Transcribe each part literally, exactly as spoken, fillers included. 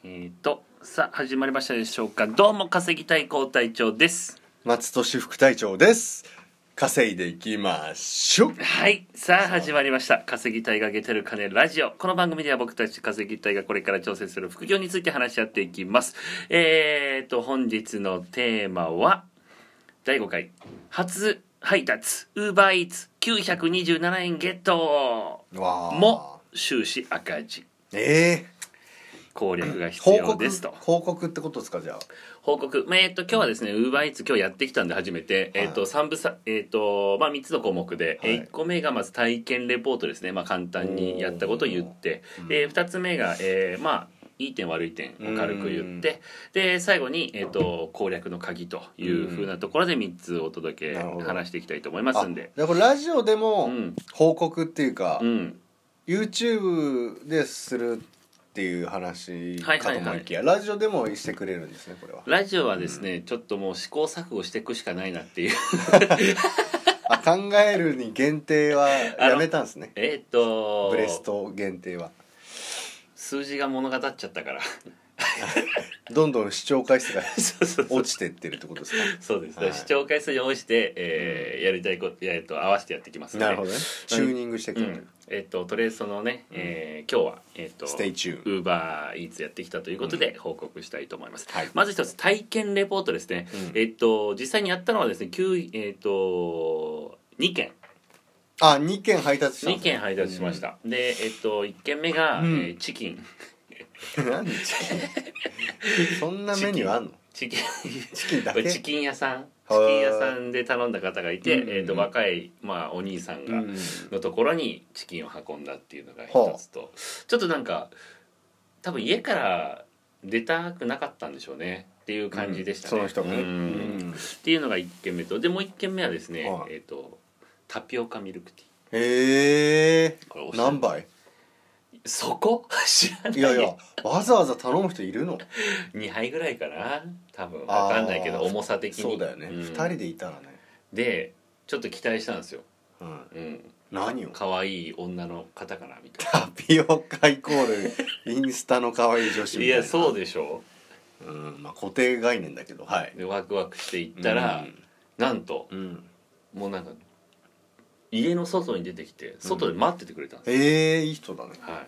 えーとさあ始まりましたでしょうか。どうも稼ぎたい高隊長です。 松俊副隊長です。稼いでいきましょう。 はいさあ始まりました稼ぎたいがゲテる金ラジオ。この番組では僕たち稼ぎたいがこれから挑戦する副業について話し合っていきます。えーと本日のテーマはだいごかい初配達ウーバーイーツきゅうひゃくにじゅうななえんゲットわーも終始赤字、 えー攻略が必報告要ですと。 報告ってことですか。じゃあ報告、まあえっと今日はですねウーバーイーツ今日やってきたんで初めて、えっとさんぶさえっとまあみっつの項目で、 はいいっこめがまず体験レポートですね。まあ簡単にやったことを言って、でふたつめが、えー、まあいい点悪い点を軽く言って、で最後に、えー、と攻略の鍵というふうなところでみっつお届け話していきたいと思いますんで。 あ、これラジオでもうん報告っていうか、 うん YouTube でするっていう話かと思いきや、 はいはいはい、 ラジオでもしてくれるんですね。これはラジオはですね、うん、ちょっともう試行錯誤していくしかないなっていうあ、考えるに限定はやめたんですね。 えっ、ー、とブレスト限定は数字が物語っちゃったからどんどん視聴回数がそうそうそう落ちてってるってことですか。 そうです、 はい、 視聴回数に応じて、えーうん、やりたいこと、えー、と合わせてやってきますので。 なるほどね。チューニングしていく、うん、 えー、ととりあえずそのね、えー、今日は、えー、とステイチューンウーバーイーツやってきたということで報告したいと思います、 うんはい、 まず一つ体験レポートですね、うん、えー、と実際にやったのはですね、えー、とにけんあ、にけん配達したんですか。 にけん配達しました、うん、で、えー、といっけんめが、うん、えー、チキン何チキンそんなメニューあんの。 チキンチキンだけ。 チキン屋さんチキン屋さんで頼んだ方がいて、うんうん、えー、と若い、まあ、お兄さんが、うん、のところにチキンを運んだっていうのが一つと、ちょっとなんか多分家から出たくなかったんでしょうねっていう感じでしたね、 うん、その人がね、うん、 っていうのがいっけんめと、でもういっけんめはですね、はい、えー、とタピオカミルクティー。 へえー、何杯そこ知らない。 いやいやわざわざ頼む人いるのにはいぐらいかな多分分かんないけど重さ的にそうだよね、うん、ふたりでいたらね。 でちょっと期待したんですよ、 うん、 うん、 何を可愛い女の方かなみたいな。タピオカイコールインスタの可愛い女子みたいな。 いやそうでしょう、うん、まあ固定概念だけど、はい。 でワクワクしていったら、うん、なんと、うん、もうなんか家の外に出てきて外で待っててくれたんですよ、 うん、えー、いい人だね。 はい、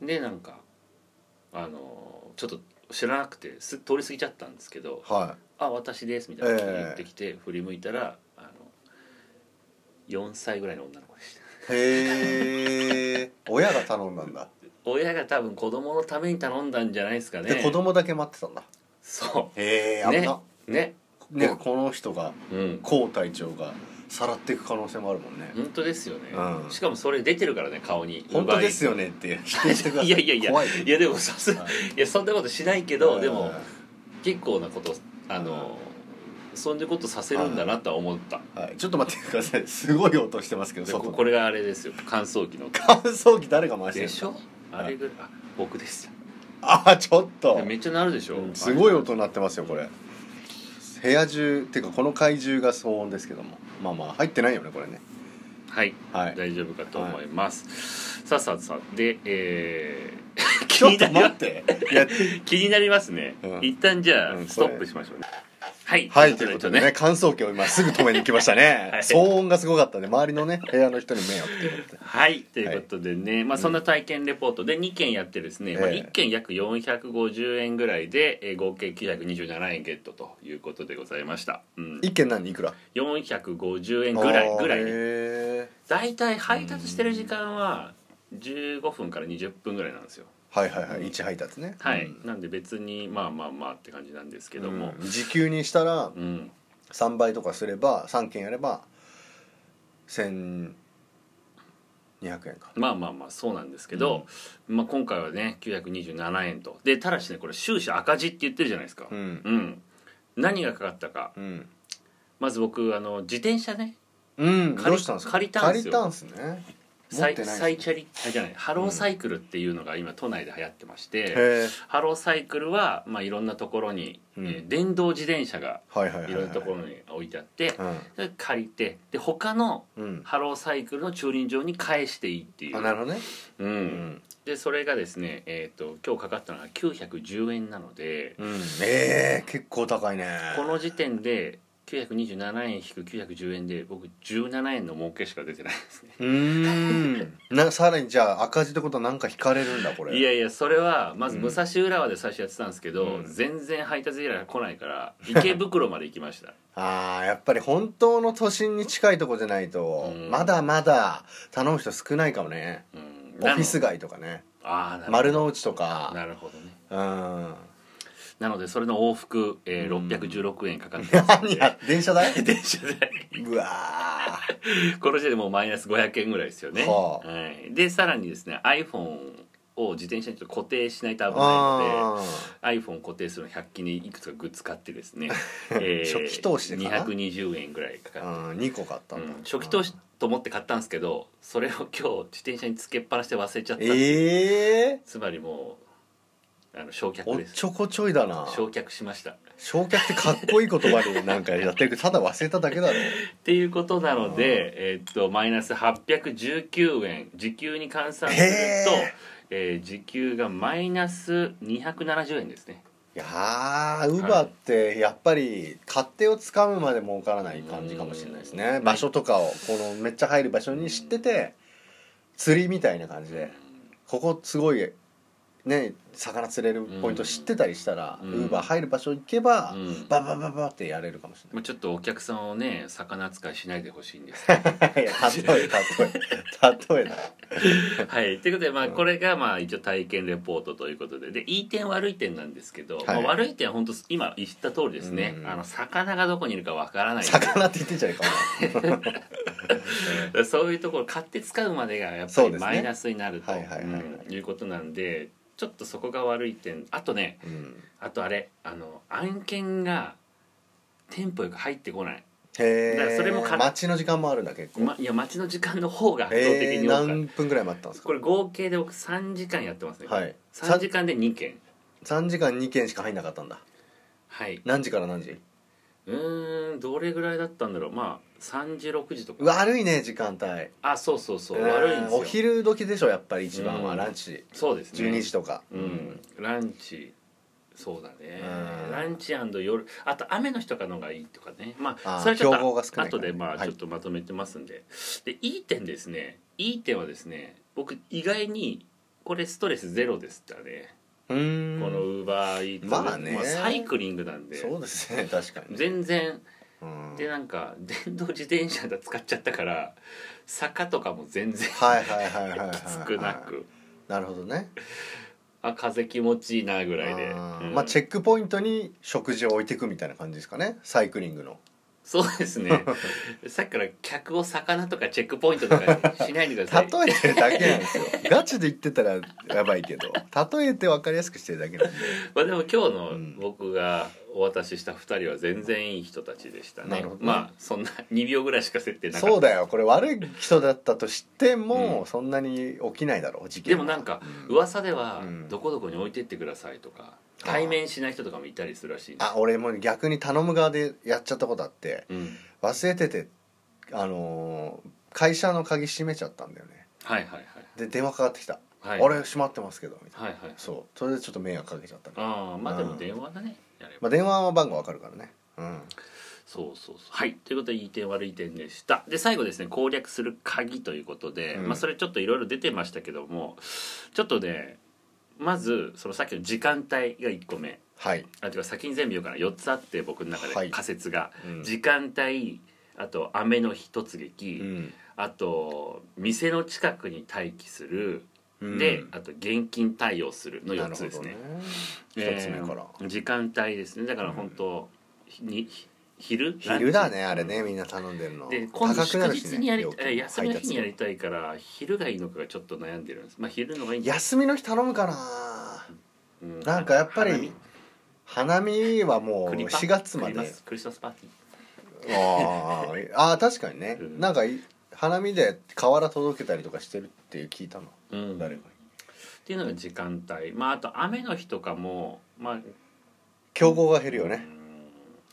でなんかあのちょっと知らなくてす通り過ぎちゃったんですけど、 はい、 あ私ですみたいなこと言ってきて、えー、振り向いたらあのよんさいぐらいの女の子でした。 へえ親が頼んだんだ。 親が多分子供のために頼んだんじゃないですかね。 で子供だけ待ってたんだ。 そうへえ危なねねねこの人が高、うん、隊長がさらっていく可能性もあるもんね。 本当ですよね、 うん、 しかもそれ出てるからね顔に。 本当ですよねって否定してください。 いやいやいや怖いいやでもさすがいやそんなことしないけど、でも結構なことあのそんなことさせるんだなとは思った、 はいはい、ちょっと待ってください。すごい音してますけどこれがあれですよ乾燥機の乾燥機誰が回してるんですか。 でしょあれぐらい、あ僕でした。 あちょっとめっちゃ鳴るでしょ、 うん、すごい音鳴ってますよこれ。部屋中っていうかこの階中が騒音ですけども、まあまあ入ってないよねこれね。 はい、はい、大丈夫かと思います、はい、さあさあさあで、えー、 ちょっと待っていや気になりますね、うん、一旦じゃあ、うん、ストップしましょうね。はい、 はい、ということでね乾燥機を今すぐ止めに行きましたね、はい、騒音がすごかったね周りのね部屋の人に迷惑って思ってはいということでね、はい、まあ、そんな体験レポートでにけんやってですね、うん、まあ、いっけん約よんひゃくごじゅうえんぐらいで、えー、合計きゅうひゃくにじゅうななえんゲットということでございました、うん、 いっけん何いくらよんひゃくごじゅうえんぐらいぐらいね。だいたい配達してる時間はじゅうごふんからにじゅっぷんぐらいなんですよ。 はいはいはい、いち配達ね。 はい、うん、なんで別にまあまあまあって感じなんですけども、 うん、時給にしたら、うん、さんばいとかすればさんけんやればせんにひゃくえんか。 まあまあまあそうなんですけど、うん、まあ、今回はねきゅうひゃくにじゅうななえんとで、ただしねこれ終始赤字って言ってるじゃないですか、うん、うん、何がかかったか、うん、まず僕あの自転車ね、 うん、どうしたんですか。 借りたんですよ。 借りたんすね。 サイサイチャリあじゃないハローサイクルっていうのが今都内で流行ってまして、 うん、 ハローサイクルは、まあ、いろんなところに、うん、えー、電動自転車がいろんなところに置いてあって、うん、借りてで他のハローサイクルの駐輪場に返していいっていう、 あなるほどね、 うん、ででそれがですね、えー、と今日かかったのがきゅうひゃくじゅうえんなので、 うん、えー、結構高いね。 この時点できゅうひゃくにじゅうななえん引くきゅうひゃくじゅうえんで僕じゅうななえんの儲けしか出てないですね。 うーんなさらにじゃあ赤字ってことは何か引かれるんだこれ。 いやいやそれはまず武蔵浦和で最初やってたんですけど、 うん、 全然配達依頼が来ないから池袋まで行きましたあーやっぱり本当の都心に近いとこじゃないと、 うん、 まだまだ頼む人少ないかもね、 うん、 オフィス街とかね、 あー丸の内とか。 なるほどね。 うんなのでそれの往復、えー、ろっぴゃくじゅうろくえんかかってますんで何や電車代電車代うわこの時点でもうマイナスごひゃくえんぐらいですよね、 はあはい、でさらにですね iPhone を自転車にちょっと固定しないと危ないので iPhone 固定するのひゃく均にいくつかグッズ買ってですね、えー、 初期投資でかなにひゃくにじゅうえんぐらいかかって、 うんにこ買ったんだ、 うん、初期投資と思って買ったんですけどそれを今日自転車につけっぱなして忘れちゃったんです、 ええー、 つまりもうあの焼却おっです。 ちょこちょいだな。 焼却しましたっ焼却ってかっこいい言葉になんかやってるけどただ忘れただけだろ。 ていうことなので、えーっとマイナスはっぴゃくじゅうきゅうえん時給に換算すると、 へえー時給がマイナスにひゃくななじゅうえんですね。 いやーウーバーってやっぱり勝手をつかむまで儲からない感じかもしれないですね。場所とかをこのめっちゃ入る場所に知ってて釣りみたいな感じでここすごいね魚釣れるポイント知ってたりしたらウうんーバー入る場所行けばうんババババってやれるかもしれない。 まあ、ちょっとお客さんをね魚扱いしないでほしいんですいや例え例え例えだ。 はいということで、まあ、 うんこれがまあ一応体験レポートということででいい点悪い点なんですけど、 はいまあ、悪い点は本当今言った通りですね、 うんあの魚がどこにいるかわからない魚って言ってんじゃないかお前そういうところ買って使うまでがやっぱそうですねりマイナスになるとはいはいはいはいうんいうことなんでちょっとそこが悪い点。あとねうんあとあれあの案件がテンポよく入ってこない、 へだからそれもかえ待ちの時間もあるんだ結構。 ま、いや待ちの時間の方が圧倒的えー、 に多かった、 何分ぐらい待ったんですか。 これ合計で僕さんじかんやってますね、 はいさんじかんでにけん。 さんじかんにけんしか入んなかったんだ。 はい何時から何時。 うーんどれぐらいだったんだろう。まあさんじろくじとか。 悪いね時間帯。 あそうそうそう、 えー悪いんですよ。 お昼時でしょやっぱり一番はうんランチそうですねじゅうにじとか。 うん、ランチそうだね、 うんランチ夜あと雨の日とかのがいいとかね。まああーそれちょっ競合が少ないからねと後でまあはいちょっとまとめてますんで、でいい点ですね。いい点はですね僕意外にこれストレスゼロですったね、 うーんこのウーバーイーツまあねサイクリングなんでそうですね確かに。 全然うんでなんか電動自転車で使っちゃったから坂とかも全然はいはいはいはいはいはいきつくなく、 なるほどね。 あ風気持ちいいなぐらいで、うんあーまあチェックポイントに食事を置いていくみたいな感じですかねサイクリングの。 そうですねさっきから客を魚とかチェックポイントとかしないでください例えてるだけなんですよガチで言ってたらやばいけど例えて分かりやすくしてるだけなんで。 まあでも今日うのん僕がお渡ししたふたりは全然いい人たちでしたね。 なるほどねまあそんなにびょうぐらいしか接点なかった。 そうだよこれ悪い人だったとしても、 うんそんなに起きないだろう事件は。 でもなんか噂ではうんどこどこに置いてってくださいとか対面しない人とかもいたりするらしいんです。 あ俺も逆に頼む側でやっちゃったことあってうん忘れててあのー会社の鍵閉めちゃったんだよね。 はいはいはいで電話かかってきた、 はいあれ閉まってますけどみたいな、 はいはい。 そうそれでちょっと迷惑かけちゃったね。 ああまあでも電話だねやれば。 まあ電話番号わかるからね。うんそうそうそうはいということでいい点悪い点でした。で最後ですね攻略する鍵ということで、 うんまあそれちょっといろいろ出てましたけどもちょっとねまずそのさっきの時間帯がいっこめ。 はいあてか先に全部言うからよっつあって僕の中ではい仮説が、 うん時間帯あと雨の日突撃、 うんあと店の近くに待機する、 うんであと現金対応するのよっつですね。 一つ目から、 えー時間帯ですねだから本当、に昼昼だランチねあれねみんな頼んでるので今度高くな祝るしね日にやり料金え休みの日にやり配たいから昼がいいのかがちょっと悩んでるんです。まあ昼のがいいん達です休みの日頼むかな。 うんなんかやっぱ花見り花見はもうクリパしがつまでクリマスクリスマスパーティーあーあー確かにね、 うんなんかい花見で瓦届けたりとかしてるって聞いたの、 うん誰かに。 っていうのが時間帯。まああと雨の日とかもまあ競合が減るよね。 うん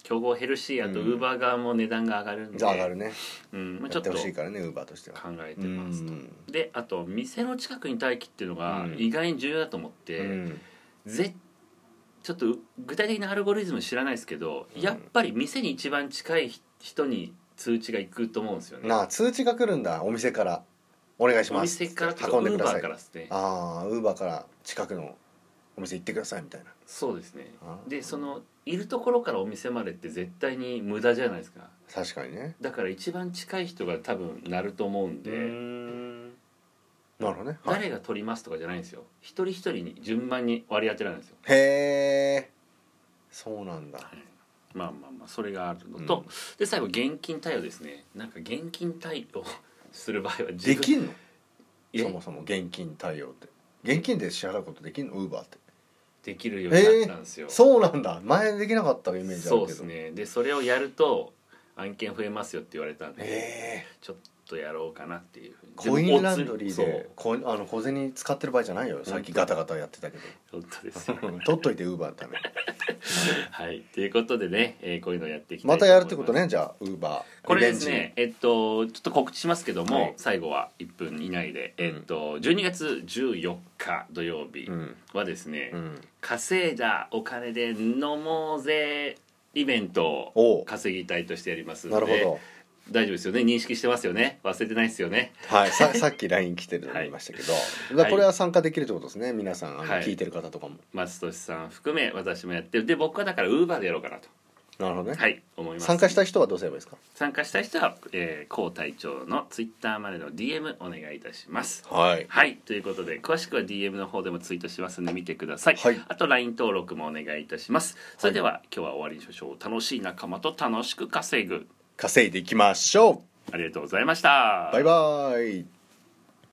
競合減るし、あとウーバー側も値段が上がるんで、 じゃあ上がるね、 うんまあ、ちやってょっとほしいからねウーバーとしては考えてますと。 うんであと店の近くに待機っていうのがうん意外に重要だと思って、 うんぜちょっと具体的なアルゴリズム知らないですけど、 うんやっぱり店に一番近い人に通知が行くと思うんですよね。 なあ通知が来るんだお店からお願いしおます店からとか運んでくださいウーバーからですね。 ああウーバーから近くのお店行ってくださいみたいなそうですね。 あーでそのいるところからお店までって絶対に無駄じゃないですか。 確かにねだから一番近い人が多分なると思うんで、 うーんなるほどね、はい、 誰が取りますとかじゃないんですよ。一人一人に順番に割り当てられるんですよ。 へえそうなんだ、 まあまあまあそれがあるのと、 うんで最後現金対応ですね。なんか現金対応する場合は自分できんのえそもそも現金対応って現金で支払うことできんのウーバーってできるようになったんですよ。 そうなんだ前できなかったイメージあるけどそうですね。でそれをやると案件増えますよって言われたんで、 へえちょっとやろうかなっていうふうに。 コインランドリーそうでこあの小銭使ってる場合じゃないよさっきガタガタやってたけど本当ですよ取っといてウーバーのためはいということでね、えーこういうのをやっていきたいまたと思います。 やるってことねじゃあウーバーこれですねえっとちょっと告知しますけども、 はい最後はいっぷん以内で、 うんえっとじゅうにがつじゅうよっか土曜日うんはですね、 うん稼いだお金で飲もうぜイベントおうを稼ぎたいとしてやりますので、 なるほ大丈夫ですよね。認識してますよね。忘れてないですよね。 どはいささっき ライン 来てるの見ましたけど、 いだからこれは参加できるってことですね皆さんあのはい聞いてる方とかも松俊さん含め私もやってる。で僕はだからウーバーでやろうかなと、 なるほどね、 はい思います。 参加したい人はどうすればいいですか参加したい人は、えー、高隊長のツイッターまでの ディーエム お願いいたします。 はいはいということで詳しくは ディーエム の方でもツイートしますので見てください、 はいあと ライン 登録もお願いいたします。それでは、今日は終わりにしましょう。楽しい仲間と楽しく稼ぐ。 稼いでいきましょありがとうございました。 うバイバイ